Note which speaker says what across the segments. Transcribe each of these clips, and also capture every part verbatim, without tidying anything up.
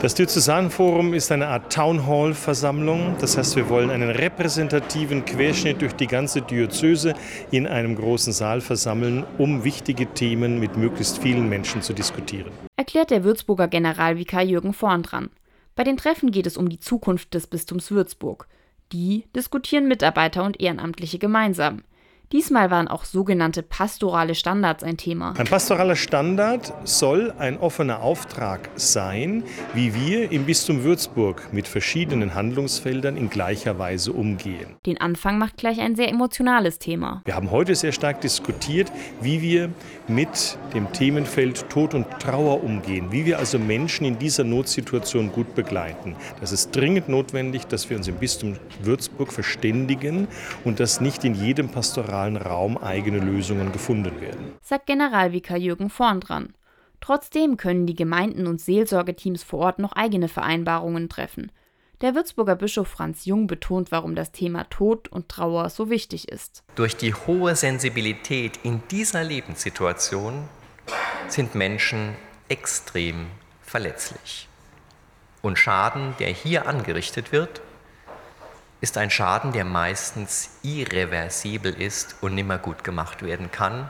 Speaker 1: Das Diözesanforum ist eine Art Townhall-Versammlung. Das heißt, wir wollen einen repräsentativen Querschnitt durch die ganze Diözese in einem großen Saal versammeln, um wichtige Themen mit möglichst vielen Menschen zu diskutieren.
Speaker 2: Erklärt der Würzburger Generalvikar Jürgen Vorndran. Bei den Treffen geht es um die Zukunft des Bistums Würzburg. Die diskutieren Mitarbeiter und Ehrenamtliche gemeinsam. Diesmal waren auch sogenannte pastorale Standards ein Thema.
Speaker 1: Ein pastoraler Standard soll ein offener Auftrag sein, wie wir im Bistum Würzburg mit verschiedenen Handlungsfeldern in gleicher Weise umgehen.
Speaker 2: Den Anfang macht gleich ein sehr emotionales Thema.
Speaker 1: Wir haben heute sehr stark diskutiert, wie wir mit dem Themenfeld Tod und Trauer umgehen, wie wir also Menschen in dieser Notsituation gut begleiten. Das ist dringend notwendig, dass wir uns im Bistum Würzburg verständigen und dass nicht in jedem pastoralen Raum eigene Lösungen gefunden werden,
Speaker 2: sagt Generalvikar Jürgen Vorndran. Trotzdem können die Gemeinden und Seelsorgeteams vor Ort noch eigene Vereinbarungen treffen. Der Würzburger Bischof Franz Jung betont, warum das Thema Tod und Trauer so wichtig ist.
Speaker 3: Durch die hohe Sensibilität in dieser Lebenssituation sind Menschen extrem verletzlich. Und Schaden, der hier angerichtet wird, ist ein Schaden, der meistens irreversibel ist und nimmer gut gemacht werden kann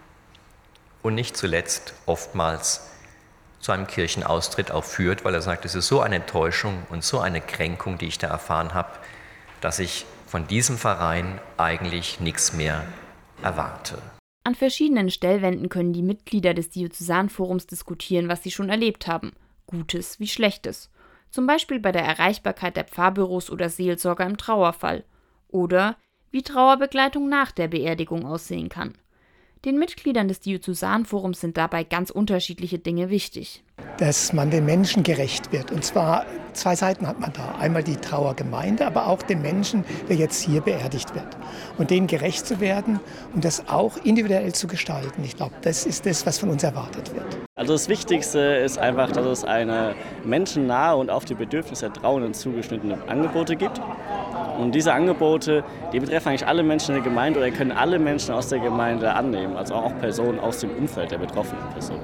Speaker 3: und nicht zuletzt oftmals zu einem Kirchenaustritt auch führt, weil er sagt, es ist so eine Enttäuschung und so eine Kränkung, die ich da erfahren habe, dass ich von diesem Verein eigentlich nichts mehr erwarte.
Speaker 2: An verschiedenen Stellwänden können die Mitglieder des Diözesanforums diskutieren, was sie schon erlebt haben, Gutes wie Schlechtes. Zum Beispiel bei der Erreichbarkeit der Pfarrbüros oder Seelsorger im Trauerfall. Oder wie Trauerbegleitung nach der Beerdigung aussehen kann. Den Mitgliedern des Diözesanforums sind dabei ganz unterschiedliche Dinge wichtig.
Speaker 4: Dass man den Menschen gerecht wird. Und zwar zwei Seiten hat man da. Einmal die Trauergemeinde, aber auch den Menschen, der jetzt hier beerdigt wird. Und denen gerecht zu werden und das auch individuell zu gestalten. Ich glaube, das ist das, was von uns erwartet wird.
Speaker 5: Also das Wichtigste ist einfach, dass es eine menschennahe und auf die Bedürfnisse der Trauernden zugeschnittene Angebote gibt. Und diese Angebote, die betreffen eigentlich alle Menschen in der Gemeinde oder können alle Menschen aus der Gemeinde annehmen, also auch Personen aus dem Umfeld der betroffenen Person.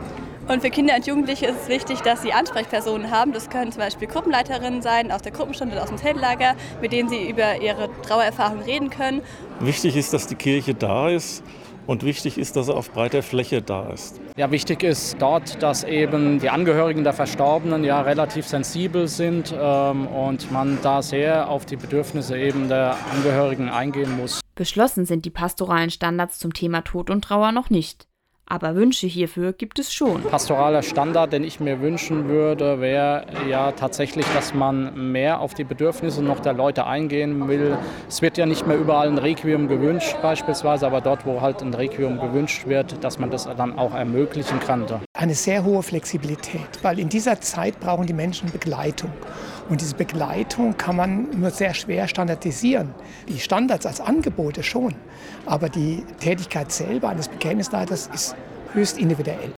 Speaker 6: Und für Kinder und Jugendliche ist es wichtig, dass sie Ansprechpersonen haben. Das können zum Beispiel Gruppenleiterinnen sein, aus der Gruppenstunde oder aus dem Zeltlager, mit denen sie über ihre Trauererfahrung reden können.
Speaker 7: Wichtig ist, dass die Kirche da ist. Und wichtig ist, dass er auf breiter Fläche da ist.
Speaker 8: Ja, wichtig ist dort, dass eben die Angehörigen der Verstorbenen ja relativ sensibel sind ähm, und man da sehr auf die Bedürfnisse eben der Angehörigen eingehen muss.
Speaker 2: Beschlossen sind die pastoralen Standards zum Thema Tod und Trauer noch nicht. Aber Wünsche hierfür gibt es schon.
Speaker 8: Pastoraler Standard, den ich mir wünschen würde, wäre ja tatsächlich, dass man mehr auf die Bedürfnisse noch der Leute eingehen will. Es wird ja nicht mehr überall ein Requiem gewünscht beispielsweise, aber dort, wo halt ein Requiem gewünscht wird, dass man das dann auch ermöglichen kann.
Speaker 4: Eine sehr hohe Flexibilität, weil in dieser Zeit brauchen die Menschen Begleitung. Und diese Begleitung kann man nur sehr schwer standardisieren. Die Standards als Angebote schon, aber die Tätigkeit selber eines Bekenntnisleiters ist höchst individuell.